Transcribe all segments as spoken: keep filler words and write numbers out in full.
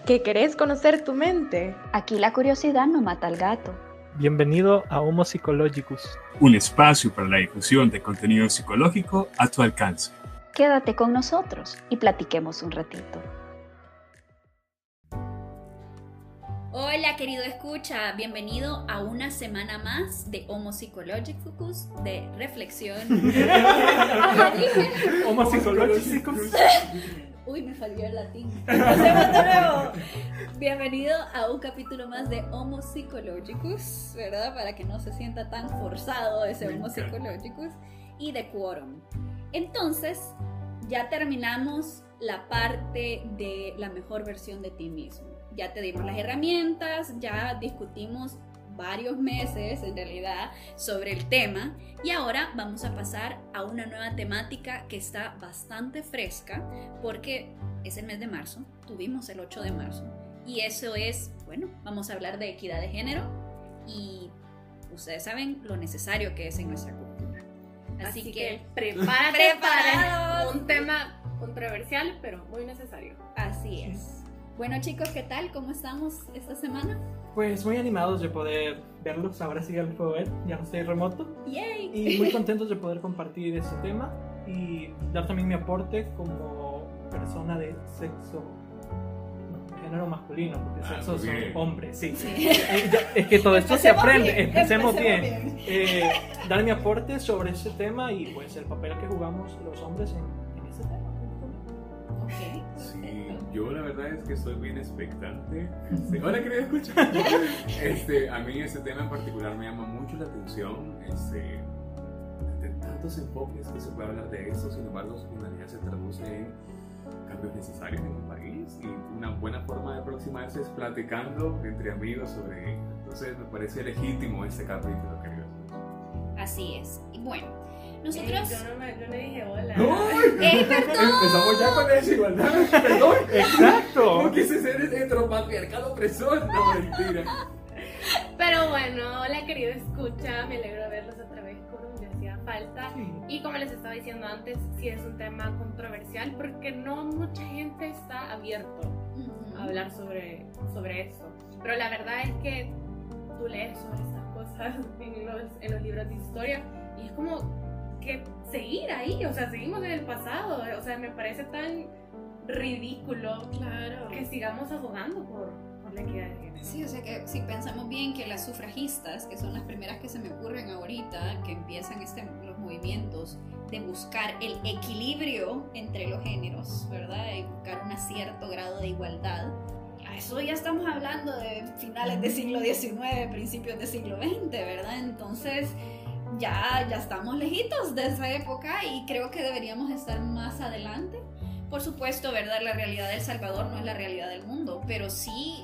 ¿Que querés conocer tu mente? Aquí la curiosidad no mata al gato. Bienvenido a Homo Psychologicus, un espacio para la difusión de contenido psicológico a tu alcance. Quédate con nosotros y platiquemos un ratito. Hola querido escucha, bienvenido a una semana más de Homo Psychologicus, de reflexión. Homo Psychologicus. Uy, me salió el latín. Hacemos de nuevo. Bienvenido a un capítulo más de Homo Psychologicus, ¿verdad? Para que no se sienta tan forzado ese Homo Psychologicus. Y de Quorum. Entonces, ya terminamos la parte de la mejor versión de ti mismo. Ya te dimos las herramientas, ya discutimos varios meses en realidad sobre el tema y ahora vamos a pasar a una nueva temática que está bastante fresca porque es el mes de marzo, tuvimos el ocho de marzo y eso es, bueno, vamos a hablar de equidad de género y ustedes saben lo necesario que es en nuestra cultura. Así, Así que, que prepárate para un tema controversial pero muy necesario. Así es. Bueno chicos, ¿qué tal? ¿Cómo estamos esta semana? Pues muy animados de poder verlos, ahora sí ya los puedo ver, ya no estoy remoto. ¡Yay! Y muy contentos de poder compartir este tema y dar también mi aporte como persona de sexo, no, género masculino, porque Ah, sexo son bien. hombres, sí. Sí. Eh, ya- es que todo esto se Empecemos aprende, bien, empecemos empecemos bien. bien. Eh, dar mi aporte sobre este tema y pues el papel que jugamos los hombres en, en este tema. Ok. Sí, yo la verdad es que estoy bien expectante. Este, hola, querido escuchar. Este, a mí este tema en particular me llama mucho la atención. Este, de tantos enfoques que se puede hablar de esto, sin embargo, su finalidad se traduce en cambios necesarios en un país y una buena forma de aproximarse es platicando entre amigos sobre ello. Entonces, me parece legítimo este capítulo, querido escuchar. Así es. Y bueno, Ey, nosotros... yo, no me, yo no dije hola. ¡Ey, perdón! Empezamos ya con la desigualdad. Perdón. Exacto. No quise ser el heteropatriarcado opresor. No, mentira. Pero bueno, hola querido escucha, me alegro de verlos otra vez con me hacía falta. Y como les estaba diciendo antes, sí es un tema controversial porque no mucha gente está abierto a hablar sobre, sobre eso. Pero la verdad es que tú lees sobre estas cosas en los, en los libros de historia y es como que seguir ahí, o sea, seguimos en el pasado, o sea, me parece tan ridículo Claro. que sigamos abogando por, por la equidad de género. Sí, o sea que si pensamos bien que las sufragistas, que son las primeras que se me ocurren ahorita, que empiezan este, los movimientos de buscar el equilibrio entre los géneros, ¿verdad? Y buscar un cierto grado de igualdad. A eso ya estamos hablando de finales del siglo diecinueve, principios del siglo veinte, ¿verdad? Entonces ya, ya estamos lejitos de esa época y creo que deberíamos estar más adelante. Por supuesto, ¿verdad? La realidad de El Salvador no es la realidad del mundo, pero sí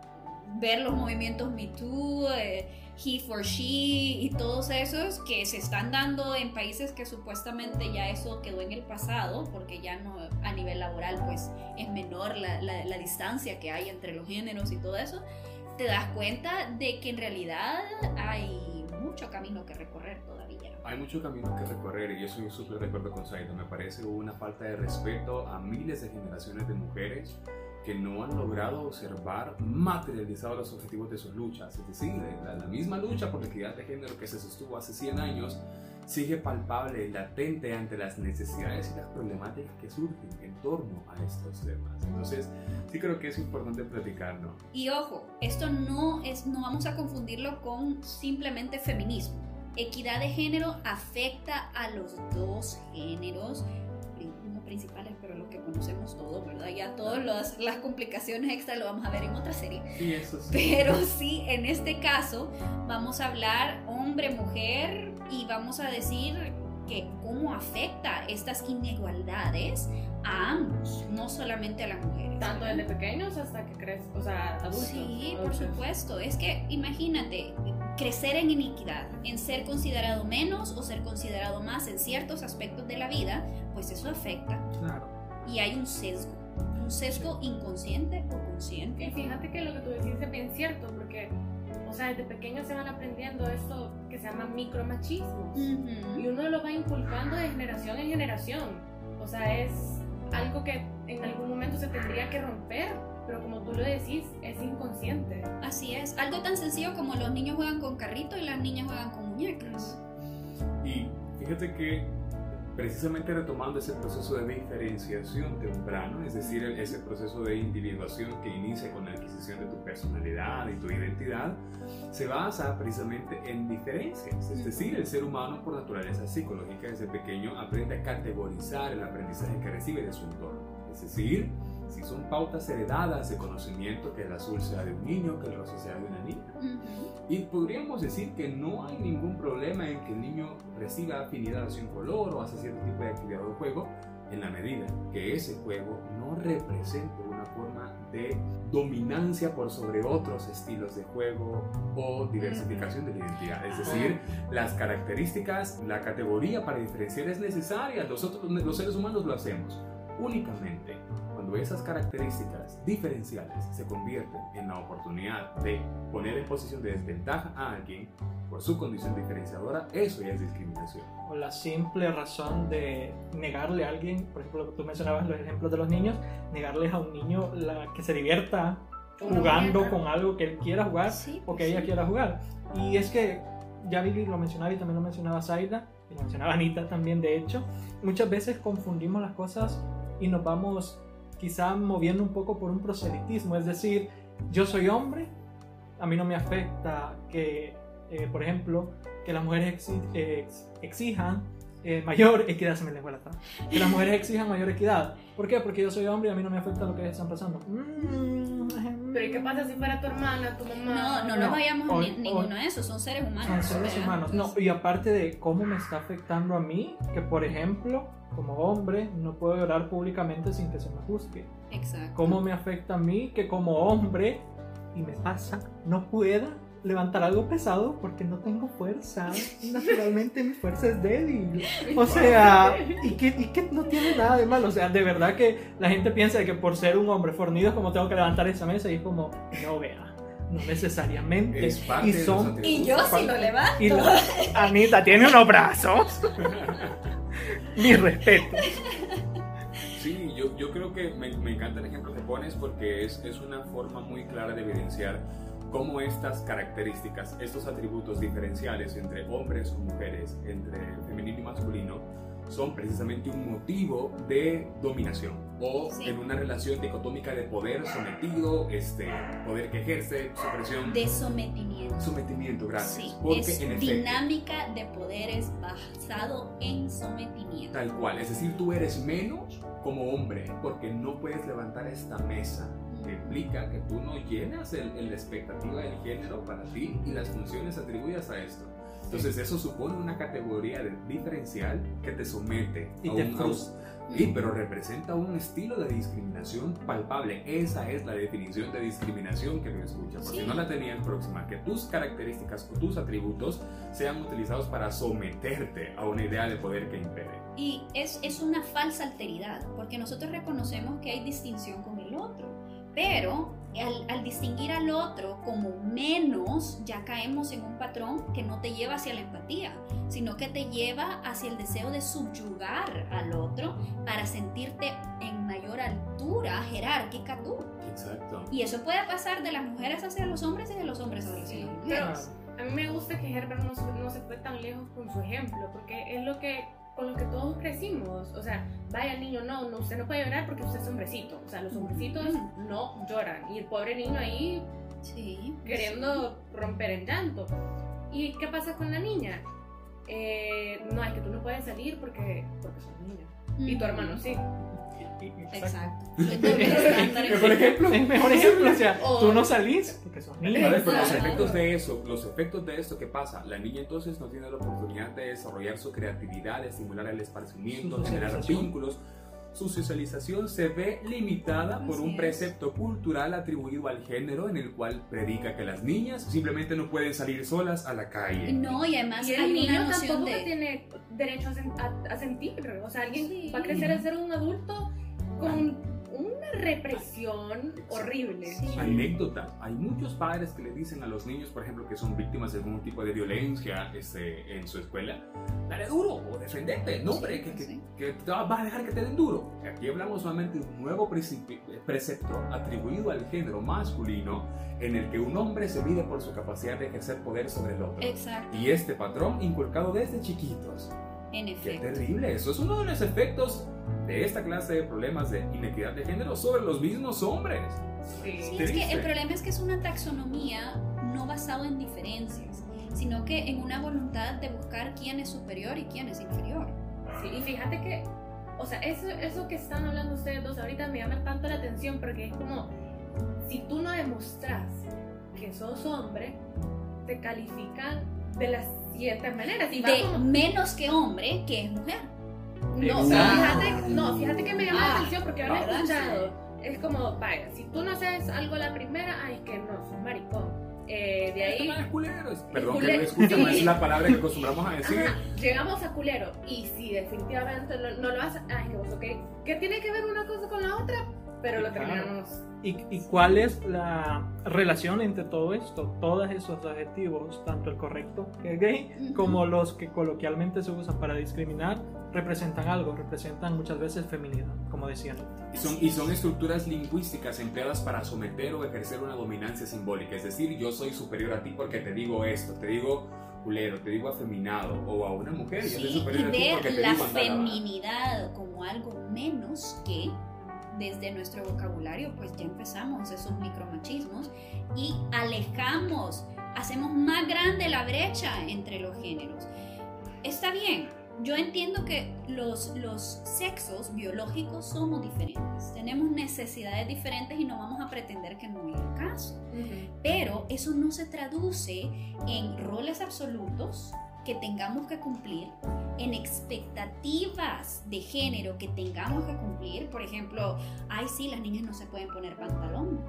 ver los movimientos Me Too, eh, He for She y todos esos que se están dando en países que supuestamente ya eso quedó en el pasado, porque ya no a nivel laboral pues es menor la, la, la distancia que hay entre los géneros y todo eso, te das cuenta de que en realidad hay mucho camino que recorrer todavía. Hay mucho camino que recorrer y yo soy súper de acuerdo con Saito. Me parece una falta de respeto a miles de generaciones de mujeres que no han logrado observar materializados los objetivos de sus luchas. Es decir, la, la misma lucha por la equidad de género que se sostuvo hace cien años sigue palpable y latente ante las necesidades y las problemáticas que surgen en torno a estos temas. Entonces, sí creo que es importante platicarlo. Y ojo, esto no es, no vamos a confundirlo con simplemente feminismo. Equidad de género afecta a los dos géneros, no principales, pero los que conocemos todos, ¿verdad? Ya todas las, las complicaciones extra lo vamos a ver en otra serie. Sí, eso sí. Pero sí, en este caso vamos a hablar hombre-mujer y vamos a decir que cómo afecta estas inigualdades a ambos, no solamente a las mujeres. Tanto desde pequeños hasta que crees, o sea, adultos. Sí, por adultos. supuesto. Es que imagínate, crecer en iniquidad, en ser considerado menos o ser considerado más en ciertos aspectos de la vida, pues eso afecta. Claro. Y hay un sesgo, un sesgo inconsciente o consciente. Y fíjate que lo que tú decís es bien cierto, porque, o sea, desde pequeños se van aprendiendo esto que se llama micromachismo. Ujú. Y uno lo va inculcando de generación en generación. O sea, es algo que en algún momento se tendría que romper, pero como tú lo decís, es inconsciente. Así es, algo tan sencillo como los niños juegan con carrito y las niñas juegan con muñecas. Y fíjate que precisamente retomando ese proceso de diferenciación temprano, es decir, ese proceso de individuación que inicia con la adquisición de tu personalidad y tu identidad, se basa precisamente en diferencias. Es decir, el ser humano por naturaleza psicológica desde pequeño aprende a categorizar el aprendizaje que recibe de su entorno. Es decir, si son pautas heredadas de conocimiento, que el azul sea de un niño, que el rosa sea de una niña. Uh-huh. Y podríamos decir que no hay ningún problema en que el niño reciba afinidad hacia un color o hacia cierto tipo de actividad o juego, en la medida que ese juego no represente una forma de dominancia por sobre otros estilos de juego o diversificación de la identidad. Es decir, las características, la categoría para diferenciar es necesaria. Nosotros, los seres humanos, lo hacemos únicamente cuando esas características diferenciales se convierten en la oportunidad de poner en posición de desventaja a alguien por su condición diferenciadora. Eso ya es discriminación. O la simple razón de negarle a alguien, por ejemplo, tú mencionabas los ejemplos de los niños, negarles a un niño la, que se divierta jugando con algo que él quiera jugar, sí, o que sí. ella quiera jugar. Y es que ya Vivi lo mencionaba y también lo mencionaba Zaida, y lo mencionaba Anita también, de hecho, muchas veces confundimos las cosas y nos vamos quizá moviendo un poco por un proselitismo. Es decir, yo soy hombre, a mí no me afecta que, eh, por ejemplo, que las mujeres exi- ex- exijan eh, mayor equidad, se me lengua la traba, que las mujeres exijan mayor equidad. ¿Por qué? Porque yo soy hombre y a mí no me afecta lo que ellos están pasando. Mm, Pero ¿y qué pasa si fuera tu hermana, tu mamá? No, no, no, no vayamos a ni, ninguno de esos, son seres humanos. Son seres ¿verdad? humanos. No, y aparte de cómo me está afectando a mí, que por ejemplo, como hombre, no puedo llorar públicamente sin que se me juzgue. Exacto. ¿Cómo me afecta a mí que como hombre, y me pasa, no pueda levantar algo pesado porque no tengo fuerza? Naturalmente mi fuerza es débil. O sea, y que, y que no tiene nada de malo. O sea, de verdad que la gente piensa que por ser un hombre fornido es como tengo que levantar esa mesa, y es como, no, vea, no necesariamente. Es parte y, de son, los y yo sí lo levanto. Y la, Anita tiene unos brazos. Mi respeto. Sí, yo, yo creo que me, me encanta el ejemplo que pones porque es, es una forma muy clara de evidenciar cómo estas características, estos atributos diferenciales entre hombres o mujeres, entre femenino y masculino, son precisamente un motivo de dominación o sí. en una relación dicotómica de poder sometido, este, poder que ejerce, supresión. De sometimiento. Sometimiento, gracias. Sí, porque es en dinámica efecto, de poderes basado en sometimiento. Tal cual, es decir, tú eres menos como hombre porque no puedes levantar esta mesa. Que implica que tú no llenas el, el, la expectativa del género para ti y las funciones atribuidas a esto. Entonces eso supone una categoría de diferencial que te somete y a te un, frustra. Sí, pero representa un estilo de discriminación palpable. Esa es la definición de discriminación que me escucha, porque sí. no la tenían próxima, que tus características o tus atributos sean utilizados para someterte a una idea de poder que impere. Y es, es una falsa alteridad, porque nosotros reconocemos que hay distinción con el otro, pero al, al distinguir al otro como menos, ya caemos en un patrón que no te lleva hacia la empatía, sino que te lleva hacia el deseo de subyugar al otro para sentirte en mayor altura jerárquica tú. Exacto. Y eso puede pasar de las mujeres hacia los hombres y de los hombres hacia las mujeres. Pero a mí me gusta que Herbert no, no se fue tan lejos con su ejemplo, porque es lo que con lo que todos crecimos. O sea, vaya niño, no, no, usted no puede llorar porque usted es hombrecito. O sea, los hombrecitos mm. no lloran. Y el pobre niño ahí sí, queriendo sí. romper el llanto. ¿Y qué pasa con la niña? Eh, no, es que tú no puedes salir porque, porque sos niña. Mm. Y tu hermano sí. Exacto. Por ejemplo, es mejor ejemplo, o sea, oh. tú no salís porque sos niña. A ver, pero los efectos de eso, los efectos de esto, ¿qué pasa? La niña entonces no tiene la oportunidad de desarrollar su creatividad, de estimular el esparcimiento, generar vínculos. Su socialización se ve limitada por un precepto cultural atribuido al género en el cual predica que las niñas simplemente no pueden salir solas a la calle. No, y además y el hay niño una noción tampoco de... tiene derecho a, sen- a, a sentir. O sea, alguien sí. va a crecer a ser un adulto con un una represión horrible. Sí. Anécdota, hay muchos padres que le dicen a los niños, por ejemplo, que son víctimas de algún tipo de violencia este, en su escuela, dale duro o defendete, no hombre, que, que, que te vas a dejar que te den duro. Aquí hablamos solamente de un nuevo precepto atribuido al género masculino, en el que un hombre se mide por su capacidad de ejercer poder sobre el otro. Exacto. Y este patrón inculcado desde chiquitos. En efecto. Qué terrible, eso es uno de los efectos de esta clase de problemas de inequidad de género sobre los mismos hombres. Sí, sí, es que el problema es que es una taxonomía no basada en diferencias, sino que en una voluntad de buscar quién es superior y quién es inferior. Sí, y fíjate que, o sea, eso, eso que están hablando ustedes dos ahorita me llama tanto la atención, porque es como, si tú no demostras que sos hombre, te califican de las siguientes maneras. Y de como... menos que hombre, que es mujer. No, fíjate, no, fíjate que me llama ah, la atención porque ahora he escuchado. Sí. Es como, vaya, si tú no haces algo la primera, ay, que no, sos maricón. Eh, de ahí. Es culero. Perdón culero. Que no escucha, sí. Es la palabra que acostumbramos a decir. Ajá, llegamos a culero. Y si definitivamente no, no lo haces, ay, que vos, ok. ¿Qué tiene que ver una cosa con la otra? Pero lo terminamos. ¿Y, ¿Y cuál es la relación entre todo esto? Todos esos adjetivos, tanto el correcto, que es gay, uh-huh, como los que coloquialmente se usan para discriminar, representan algo, representan muchas veces feminidad, como decían. Y son, y son estructuras lingüísticas empleadas para someter o ejercer una dominancia simbólica. Es decir, yo soy superior a ti porque te digo esto, te digo culero, te digo afeminado, o a una mujer, sí, yo soy superior y a ti porque ver te la digo feminidad como algo menos que, desde nuestro vocabulario, pues ya empezamos esos micromachismos y alejamos, hacemos más grande la brecha entre los géneros. Está bien, yo entiendo que los, los sexos biológicos somos diferentes, tenemos necesidades diferentes y no vamos a pretender que no es el caso. Uh-huh. Pero eso no se traduce en roles absolutos que tengamos que cumplir, en expectativas de género que tengamos que cumplir. Por ejemplo, ay sí, las niñas no se pueden poner pantalón.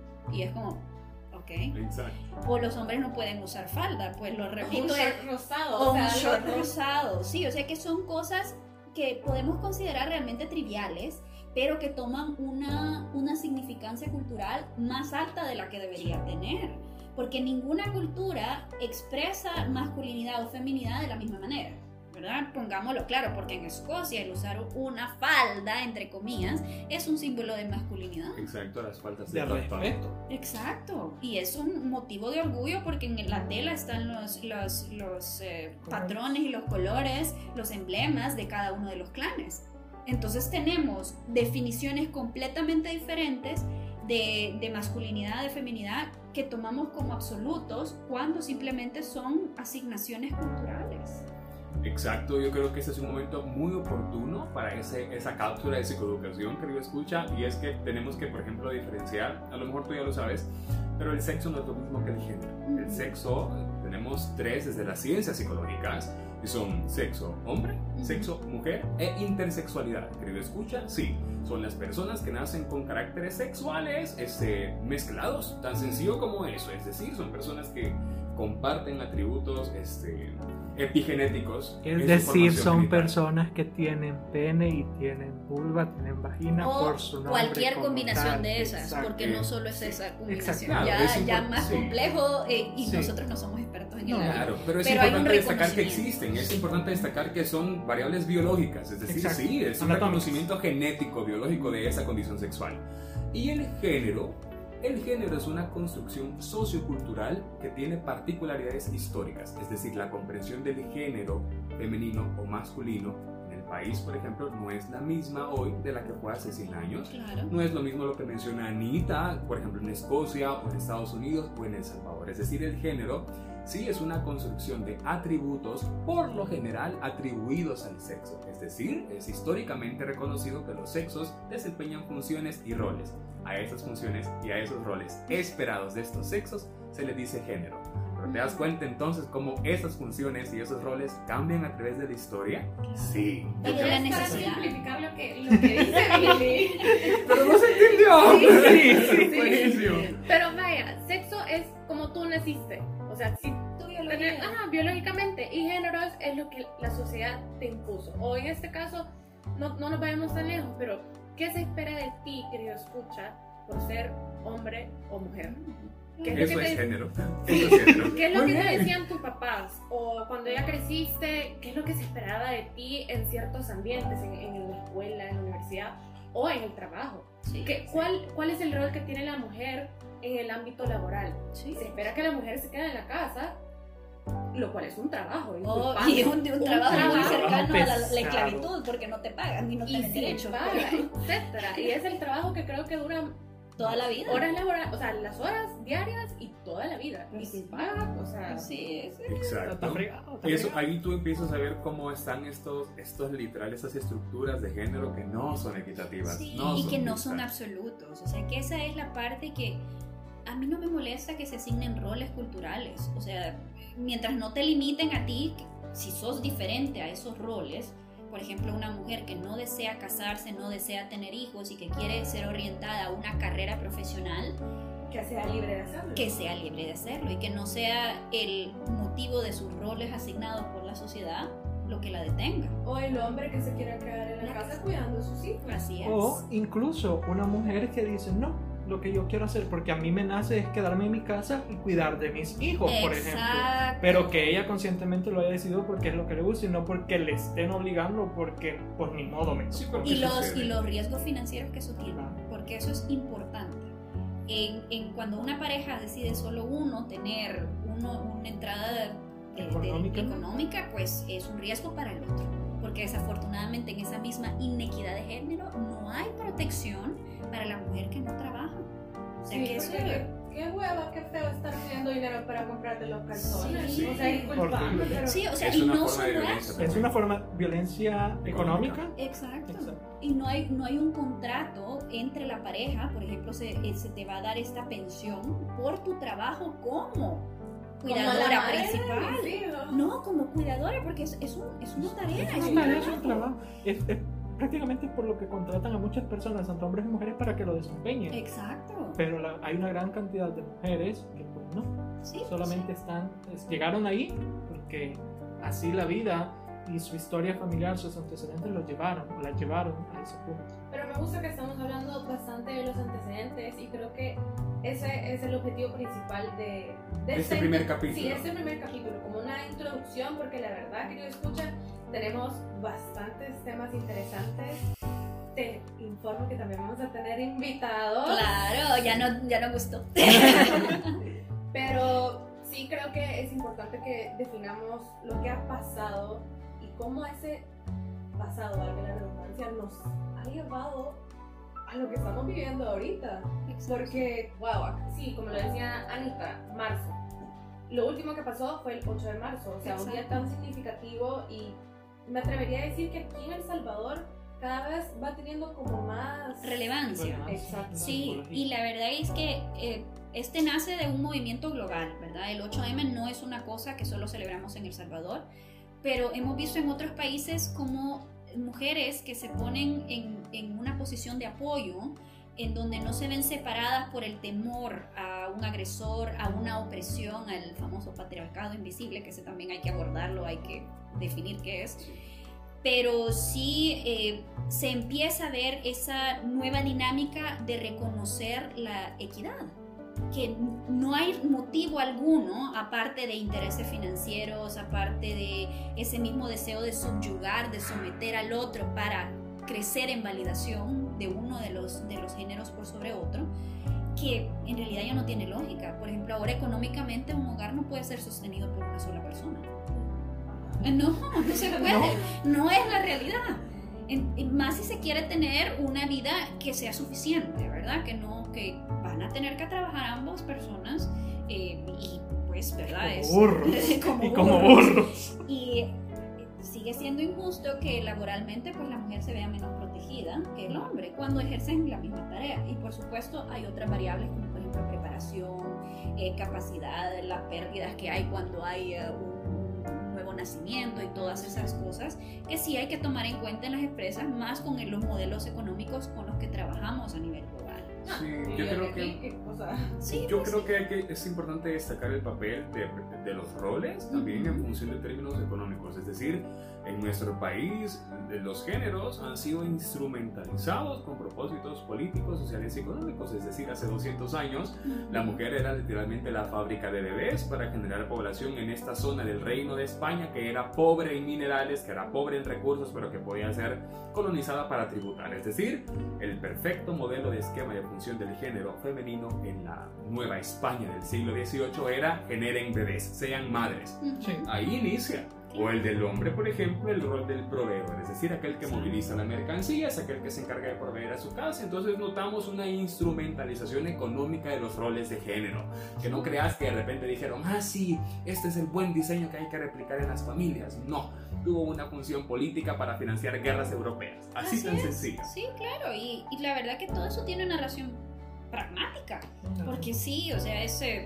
Y es como, ok. Exacto. O los hombres no pueden usar falda, pues lo repito. Un short rosado. O o sea, un short rosado, sí, o sea que son cosas que podemos considerar realmente triviales, pero que toman una, una significancia cultural más alta de la que debería tener. Porque ninguna cultura expresa masculinidad o feminidad de la misma manera, ¿verdad? Pongámoslo claro, porque en Escocia el usar una falda, entre comillas, es un símbolo de masculinidad. Exacto, las faldas de, de respeto. Exacto, y es un motivo de orgullo porque en la tela están los, los, los eh, patrones y los colores, los emblemas de cada uno de los clanes. Entonces tenemos definiciones completamente diferentes de, de masculinidad, de feminidad, que tomamos como absolutos cuando simplemente son asignaciones culturales. Exacto, yo creo que este es un momento muy oportuno para ese, esa cápsula de psicoeducación, querido escucha, y es que tenemos que, por ejemplo, diferenciar, a lo mejor tú ya lo sabes, pero el sexo no es lo mismo que el género. Mm. El sexo, tenemos tres desde las ciencias psicológicas, y son sexo hombre, mm. sexo mujer e intersexualidad. Querido escucha, sí, son las personas que nacen con caracteres sexuales este, mezclados, tan sencillo como eso, es decir, son personas que comparten atributos este, epigenéticos. Es decir, son genital. Personas que tienen pene y tienen vulva, tienen vagina o por su nombre. Cualquier combinación tal. de esas, Exacto. porque no solo es esa combinación, Claro, ya, es ya más sí. complejo eh, y sí. nosotros no somos expertos en no, el área. Claro, pero es pero importante destacar que existen, es importante destacar que son variables biológicas, es decir, Exacto. sí, es un reconocimiento genético, biológico de esa condición sexual. Y el género, el género es una construcción sociocultural que tiene particularidades históricas, es decir, la comprensión del género femenino o masculino en el país, por ejemplo, no es la misma hoy de la que fue hace cien años. Claro. No es lo mismo lo que menciona Anita, por ejemplo, en Escocia o en Estados Unidos o en El Salvador. Es decir, el género sí es una construcción de atributos, por lo general atribuidos al sexo. Es decir, es históricamente reconocido que los sexos desempeñan funciones y roles. A esas funciones y a esos roles esperados de estos sexos se les dice género. Pero te das cuenta entonces cómo esas funciones y esos roles cambian a través de la historia. Sí. Y de la para necesidad. simplificar lo que, lo que dice Billy. Pero no se entendió. Sí, sí, sí, buenísimo. Pero vaya, sexo es como tú naciste. O sea, si Tu biología. Ajá, biológicamente. Y géneros es lo que la sociedad te impuso. O en este caso, no, no nos vayamos tan lejos, pero ¿qué se espera de ti, querido escucha, por ser hombre o mujer? ¿Qué es Eso lo que es te, género. Eso es género. ¿Qué es lo Muy que te bien. decían tus papás? O cuando ya creciste, ¿qué es lo que se esperaba de ti en ciertos ambientes, en, en la escuela, en la universidad o en el trabajo? Sí, ¿Qué, sí. cuál, ¿Cuál es el rol que tiene la mujer en el ámbito laboral? Sí. Se espera que la mujer se quede en la casa, lo cual es un trabajo. Oh, disculpame. y un, de un trabajo muy trabajo cercano a la, la pesado. esclavitud, porque no te pagan y no y tienes sin derecho paga, etcétera. Y es el trabajo que creo que dura toda la vida. horas laborales, o sea, las horas diarias y toda la vida. Y sin paga, o sea. Sí, es, Exacto. Está fregado, está Eso, fregado. ahí tú empiezas a ver cómo están estos, estos literal, estas estructuras de género que no son equitativas. sí, no y son que no son justas. absolutos. O sea, que esa es la parte que a mí no me molesta que se asignen roles culturales. O sea, mientras no te limiten a ti, si sos diferente a esos roles, por ejemplo, una mujer que no desea casarse, no desea tener hijos y que quiere ser orientada a una carrera profesional, Que sea libre de hacerlo. que sea libre de hacerlo y que no sea el motivo de sus roles asignados por la sociedad lo que la detenga. O el hombre que se quiera quedar en la casa cuidando a sus hijos. Así es. O incluso una mujer que dice, no, lo que yo quiero hacer, porque a mí me nace es quedarme en mi casa y cuidar de mis hijos, por ejemplo. Exacto. Pero que ella conscientemente lo haya decidido porque es lo que le gusta y no porque le estén obligando, porque pues ni modo me Sí, tocó. porque y los, sucede. y los riesgos financieros que eso tiene, Claro. porque eso es importante. En, en cuando una pareja decide solo uno tener uno, una entrada de- de- Económica. económica, pues es un riesgo para el otro, porque desafortunadamente en esa misma inequidad de género no hay protección para la mujer que no trabaja. O sea Sí, que eso porque qué, qué hueva, qué feo estar pidiendo dinero para comprarte los calzones. Sí. O sea, disculpame, Horrible. pero. sí, o sea, Es y una no forma de solo violencia eso. Es una forma de violencia económica. Exacto. Exacto. Y no hay, no hay un contrato entre la pareja, por ejemplo, se, eh, se te va a dar esta pensión por tu trabajo como cuidadora Como la madre de principal. mis hijos. No, como cuidadora, porque es, es, un, es una tarea. Es es una un tarea, es un trabajo. trabajo. Es, es prácticamente por lo que contratan a muchas personas, tanto hombres y mujeres, para que lo desempeñen. Exacto. Pero la- hay una gran cantidad de mujeres que pues no, Sí, solamente están, es- llegaron ahí porque así la vida y su historia familiar, sus antecedentes los llevaron, o la llevaron a ese punto. Pero me gusta que estamos hablando bastante de los antecedentes y creo que ese es el objetivo principal de, De este primer capítulo. Sí, este primer capítulo, como una introducción, porque la verdad, querido escucha, tenemos bastantes temas interesantes. Te informo que también vamos a tener invitados. Claro, ya no, ya no gustó. Pero sí creo que es importante que definamos lo que ha pasado y cómo ese pasado, valga la redundancia, nos ha llevado a lo que estamos viviendo ahorita. Porque, wow, sí, como lo decía Anita, marzo. Lo último que pasó fue el ocho de marzo, o sea, un día tan significativo, y me atrevería a decir que aquí en El Salvador cada vez va teniendo como más Relevancia. Exacto. Sí, y la verdad es que eh, este nace de un movimiento global, ¿verdad? El ocho eme no es una cosa que solo celebramos en El Salvador, pero hemos visto en otros países como mujeres que se ponen en, en una posición de apoyo, en donde no se ven separadas por el temor a un agresor, a una opresión, al famoso patriarcado invisible, que ese también hay que abordarlo, hay que definir qué es. Pero sí eh, se empieza a ver esa nueva dinámica de reconocer la equidad, que no hay motivo alguno, aparte de intereses financieros, aparte de ese mismo deseo de subyugar, de someter al otro para crecer en validación de uno de los, de los géneros por sobre otro, que en realidad ya no tiene lógica. Por ejemplo, ahora económicamente un hogar no puede ser sostenido por una sola persona. No, no se puede, no es la realidad. En, más si se quiere tener una vida que sea suficiente, ¿verdad? Que no, que van a tener que trabajar ambas personas eh, y pues, ¿verdad? Como Es- burros. como y como burros. burros. Y sigue siendo injusto que laboralmente pues la mujer se vea menos protegida que el hombre cuando ejercen la misma tarea. Y por supuesto hay otras variables como por ejemplo preparación, eh, capacidad, las pérdidas que hay cuando hay eh, un nuevo nacimiento y todas esas cosas que sí hay que tomar en cuenta en las empresas, más con los modelos económicos con los que trabajamos a nivel global. Sí, Y yo de creo aquí, que, o sea, Sí, yo pues creo sí. que, hay que es importante destacar el papel de, de los roles también en función de términos económicos. Es decir, en nuestro país los géneros han sido instrumentalizados con propósitos políticos, sociales y económicos. Es decir, hace doscientos años la mujer era literalmente la fábrica de bebés para generar población en esta zona del Reino de España, que era pobre en minerales, que era pobre en recursos, pero que podía ser colonizada para tributar. Es decir, el perfecto modelo de esquema de función del género femenino en la Nueva España del siglo dieciocho era: generen bebés, sean madres. Sí. Ahí inicia. O el del hombre, por ejemplo, el rol del proveedor, es decir, aquel que moviliza la mercancía, es aquel que se encarga de proveer a su casa. Entonces notamos una instrumentalización económica de los roles de género. Que no creas que de repente dijeron: ah, sí, este es el buen diseño que hay que replicar en las familias. No, tuvo una función política para financiar guerras europeas. Así, Así tan es. sencillo. Sí, claro, y, y la verdad que todo eso tiene una relación pragmática, porque sí, o sea, ese,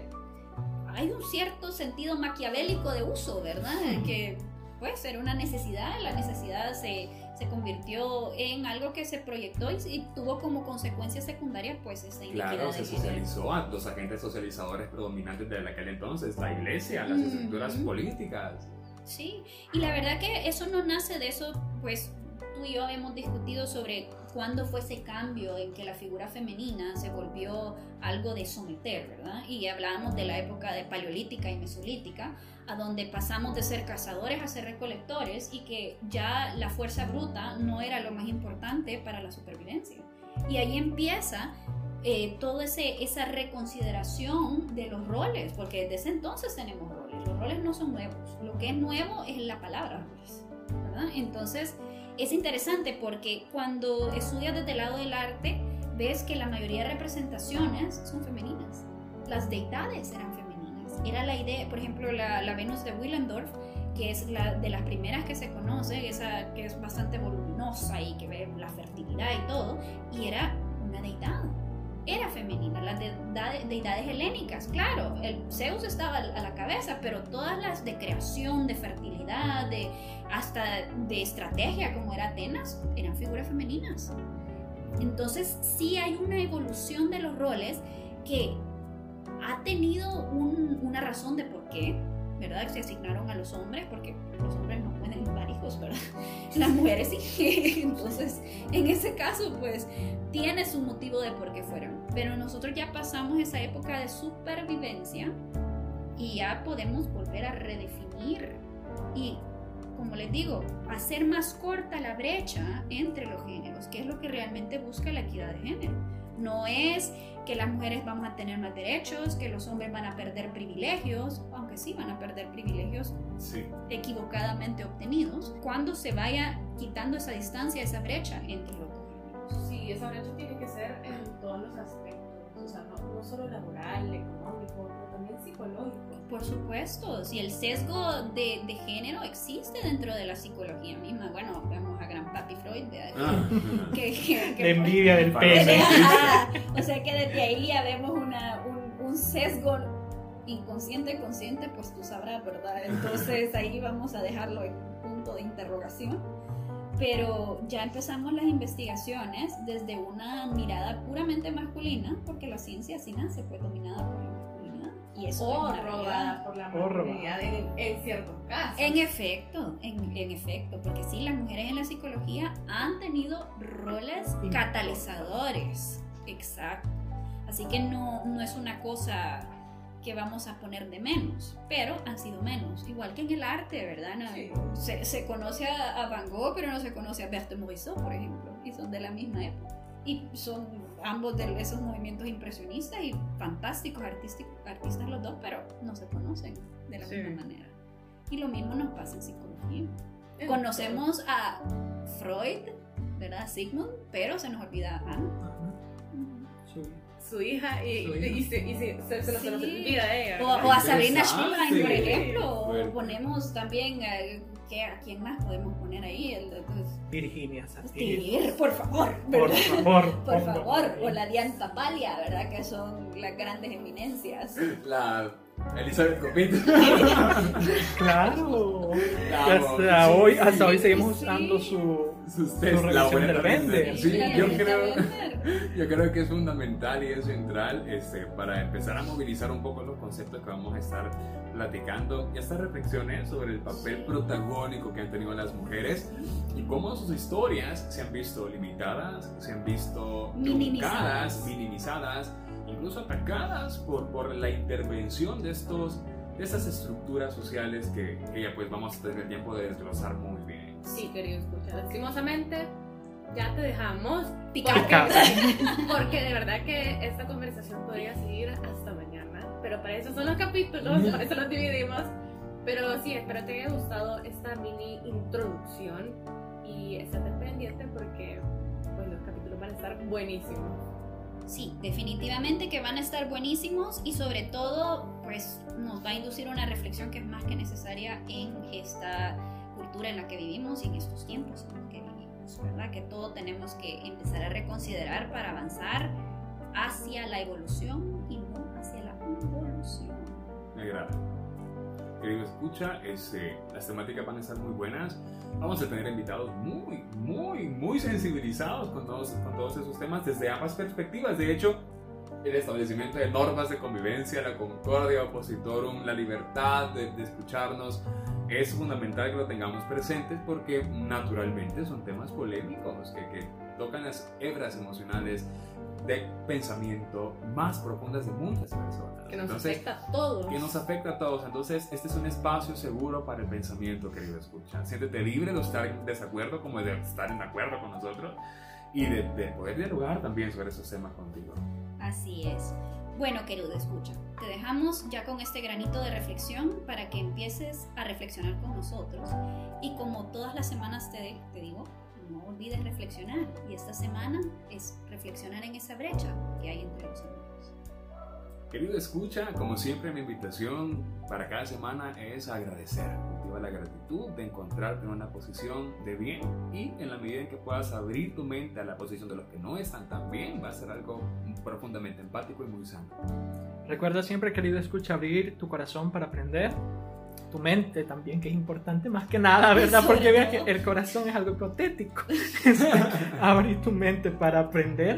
hay un cierto sentido maquiavélico de uso, ¿verdad? Que puede ser una necesidad, la necesidad se, se convirtió en algo que se proyectó y, y tuvo como consecuencia secundaria pues esa inequidad Claro, de se género. socializó a los agentes socializadores predominantes de aquel entonces, la iglesia, las Ujú. estructuras políticas. Sí, y la verdad que eso no nace de eso, pues tú y yo hemos discutido sobre cuándo fue ese cambio en que la figura femenina se volvió algo de someter, ¿verdad? Y hablábamos de la época de paleolítica y mesolítica, a donde pasamos de ser cazadores a ser recolectores y que ya la fuerza bruta no era lo más importante para la supervivencia. Y ahí empieza eh, toda esa reconsideración de los roles, porque desde ese entonces tenemos roles. Los roles no son nuevos, lo que es nuevo es la palabra roles, ¿verdad? Entonces es interesante porque cuando estudias desde el lado del arte ves que la mayoría de representaciones son femeninas, las deidades eran femeninas. Era la idea, por ejemplo, la, la Venus de Willendorf, que es la de las primeras que se conoce, esa que es bastante voluminosa y que ve la fertilidad y todo, y era una deidad. Era femenina, las deidades, deidades helénicas, claro, el Zeus estaba a la cabeza, pero todas las de creación, de fertilidad, de, hasta de estrategia, como era Atenas, eran figuras femeninas. Entonces sí hay una evolución de los roles que ha tenido un, una razón de por qué, ¿verdad? Se asignaron a los hombres, porque los hombres no pueden dar hijos, ¿verdad? Las mujeres sí. Entonces, en ese caso, pues, tiene su motivo de por qué fueron. Pero nosotros ya pasamos esa época de supervivencia y ya podemos volver a redefinir y, como les digo, hacer más corta la brecha entre los géneros, que es lo que realmente busca la equidad de género. No es que las mujeres vamos a tener más derechos, que los hombres van a perder privilegios, aunque sí van a perder privilegios Sí. equivocadamente obtenidos, cuando se vaya quitando esa distancia, esa brecha entre los dos géneros. sí, esa brecha tiene que ser en todos los aspectos, o sea, no, no solo laboral, económico, pero también psicológico. Por supuesto, si el sesgo de, de género existe dentro de la psicología misma, bueno, vemos a gran papi Freud, ¿verdad? Ah. que, que, que, La envidia del Para pene. Ajá. O sea que desde ahí ya vemos una, un, un sesgo inconsciente, consciente, pues tú sabrás, ¿verdad? Entonces ahí vamos a dejarlo en punto de interrogación. Pero ya empezamos las investigaciones desde una mirada puramente masculina, porque la ciencia así nace, pues dominada por la masculinidad. Y eso O es una realidad. robada por la O robada. masculinidad en, en ciertos casos. En efecto, en, en efecto, porque sí, las mujeres en la psicología han tenido roles catalizadores, exacto. Así que no, no es una cosa que vamos a poner de menos, pero han sido menos, igual que en el arte, ¿verdad? No, Sí. se, se conoce a, a Van Gogh, pero no se conoce a Berthe Morisot, por ejemplo, y son de la misma época. Y son ambos de esos movimientos impresionistas y fantásticos artísticos, artistas los dos, pero no se conocen de la Sí. misma manera. Y lo mismo nos pasa en psicología. En Conocemos a Freud, ¿verdad? Sigmund, pero se nos olvida a Anna. Sí. su hija y, Su hija. y, se, y se, se, se lo se lo Sí. olvida a ella. O, ¿verdad? o a Sabrina Interesante. Schilling, por ejemplo. O Fuerte. ponemos también, eh, ¿qué, ¿a quién más podemos poner ahí? El, el- Virginia Satir. Satir, por favor, Por ¿verdad? favor. Por ponga favor, ahí. o la Diana Papalia, ¿verdad? Que son las grandes eminencias. La, Elizabeth Copito. Claro. La hasta, sí, hoy, sí, hasta hoy sí, seguimos sí. usando su, Sus su test, la revisión buena del Bender. Sí, La yo revista creo, Bender. yo creo que es fundamental y es central este, para empezar a movilizar un poco los conceptos que vamos a estar platicando y estas reflexiones sobre el papel protagónico que han tenido las mujeres y cómo sus historias se han visto limitadas, se han visto Minimizadas. truncadas, minimizadas, incluso atacadas por, por la intervención de estos de esas estructuras sociales que, que ya pues vamos a tener el tiempo de desglosar muy bien. Sí, querido escuchar, lastimosamente ya te dejamos Picado. porque, porque de verdad que esta conversación podría seguir hasta mañana, pero para eso son los capítulos, para eso los dividimos. Pero sí, espero te haya gustado esta mini introducción y estate pendiente porque pues, los capítulos van a estar buenísimos. Sí, definitivamente que van a estar buenísimos y sobre todo pues nos va a inducir una reflexión que es más que necesaria en esta cultura en la que vivimos y en estos tiempos en los que vivimos, ¿verdad? Que todo tenemos que empezar a reconsiderar para avanzar hacia la evolución y no hacia la involución. Me agrada. Querido escucha, este, las temáticas van a estar muy buenas. Vamos a tener invitados muy, muy, muy sensibilizados con todos, con todos esos temas desde ambas perspectivas. De hecho, el establecimiento de normas de convivencia, la concordia opositorum, la libertad de, de escucharnos, es fundamental que lo tengamos presentes porque naturalmente son temas polémicos que, que tocan las hebras emocionales de pensamiento más profundas de muchas personas. Que nos Entonces, afecta a todos. Que nos afecta a todos. Entonces, este es un espacio seguro para el pensamiento, querido escucha. Siéntete libre de estar en desacuerdo como de estar en acuerdo con nosotros y de, de poder dialogar también sobre esos temas contigo. Así es. Bueno, querido escucha, te dejamos ya con este granito de reflexión para que empieces a reflexionar con nosotros y como todas las semanas te, te digo, no olvides reflexionar y esta semana es reflexionar en esa brecha que hay entre los hermanos. Querido escucha, como siempre mi invitación para cada semana es agradecer, cultiva la gratitud de encontrarte en una posición de bien y en la medida en que puedas abrir tu mente a la posición de los que no están tan bien, va a ser algo profundamente empático y muy sano. Recuerda siempre, querido escucha, abrir tu corazón para aprender, tu mente también, que es importante más que nada, ¿verdad? Porque vean que el corazón es algo hipotético. Abrir tu mente para aprender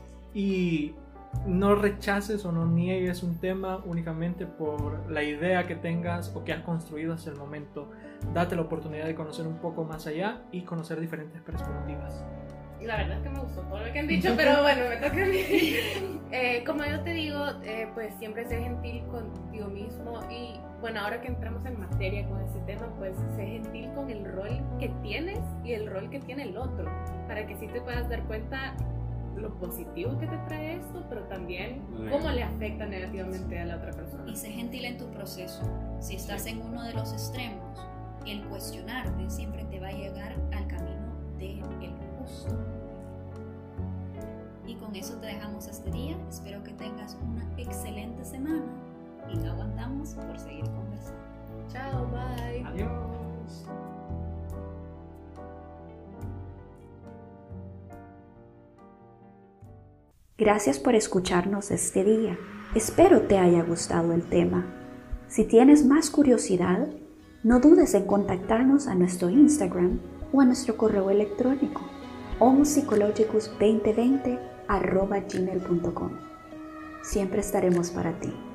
y no rechaces o no niegues un tema únicamente por la idea que tengas o que has construido hasta el momento. Date la oportunidad de conocer un poco más allá y conocer diferentes perspectivas. La verdad es que me gustó todo lo que han dicho, pero bueno, me toca a mí. Eh, como yo te digo, eh, pues siempre sé gentil contigo mismo y bueno, ahora que entramos en materia con este tema, pues sé gentil con el rol que tienes y el rol que tiene el otro, para que sí te puedas dar cuenta lo positivo que te trae esto, pero también cómo le afecta negativamente a la otra persona. Y sé gentil en tu proceso. Si estás en uno de los extremos, el cuestionarte siempre te va a llegar al camino del justo. Y con eso te dejamos este día. Espero que tengas una excelente semana y no aguantamos por seguir conversando. Chao, bye. Adiós. Gracias por escucharnos este día. Espero te haya gustado el tema. Si tienes más curiosidad, no dudes en contactarnos a nuestro Instagram o a nuestro correo electrónico homopsychologicus veinte veinte arroba gmail punto com. Siempre estaremos para ti.